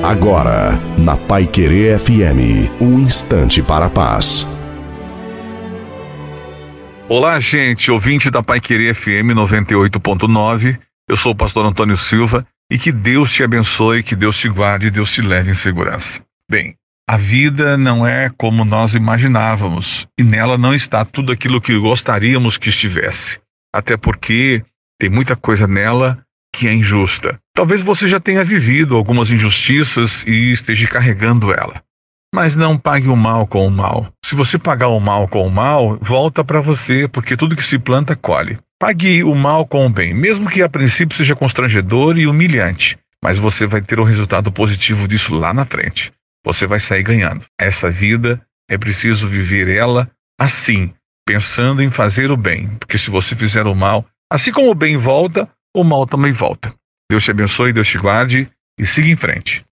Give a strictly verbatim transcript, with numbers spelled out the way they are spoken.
Agora, na Paiquerê F M, um instante para a paz. Olá, gente, ouvinte da Paiquerê F M noventa e oito ponto nove. Eu sou o pastor Antônio Silva e que Deus te abençoe, que Deus te guarde e Deus te leve em segurança. Bem, a vida não é como nós imaginávamos e nela não está tudo aquilo que gostaríamos que estivesse. Até porque tem muita coisa nela que é injusta. Talvez você já tenha vivido algumas injustiças e esteja carregando ela. Mas não pague o mal com o mal. Se você pagar o mal com o mal, volta para você, porque tudo que se planta, colhe. Pague o mal com o bem, mesmo que a princípio seja constrangedor e humilhante. Mas você vai ter um resultado positivo disso lá na frente. Você vai sair ganhando. Essa vida é preciso viver ela assim, pensando em fazer o bem. Porque se você fizer o mal, assim como o bem volta, o mal também volta. Deus te abençoe, Deus te guarde e siga em frente.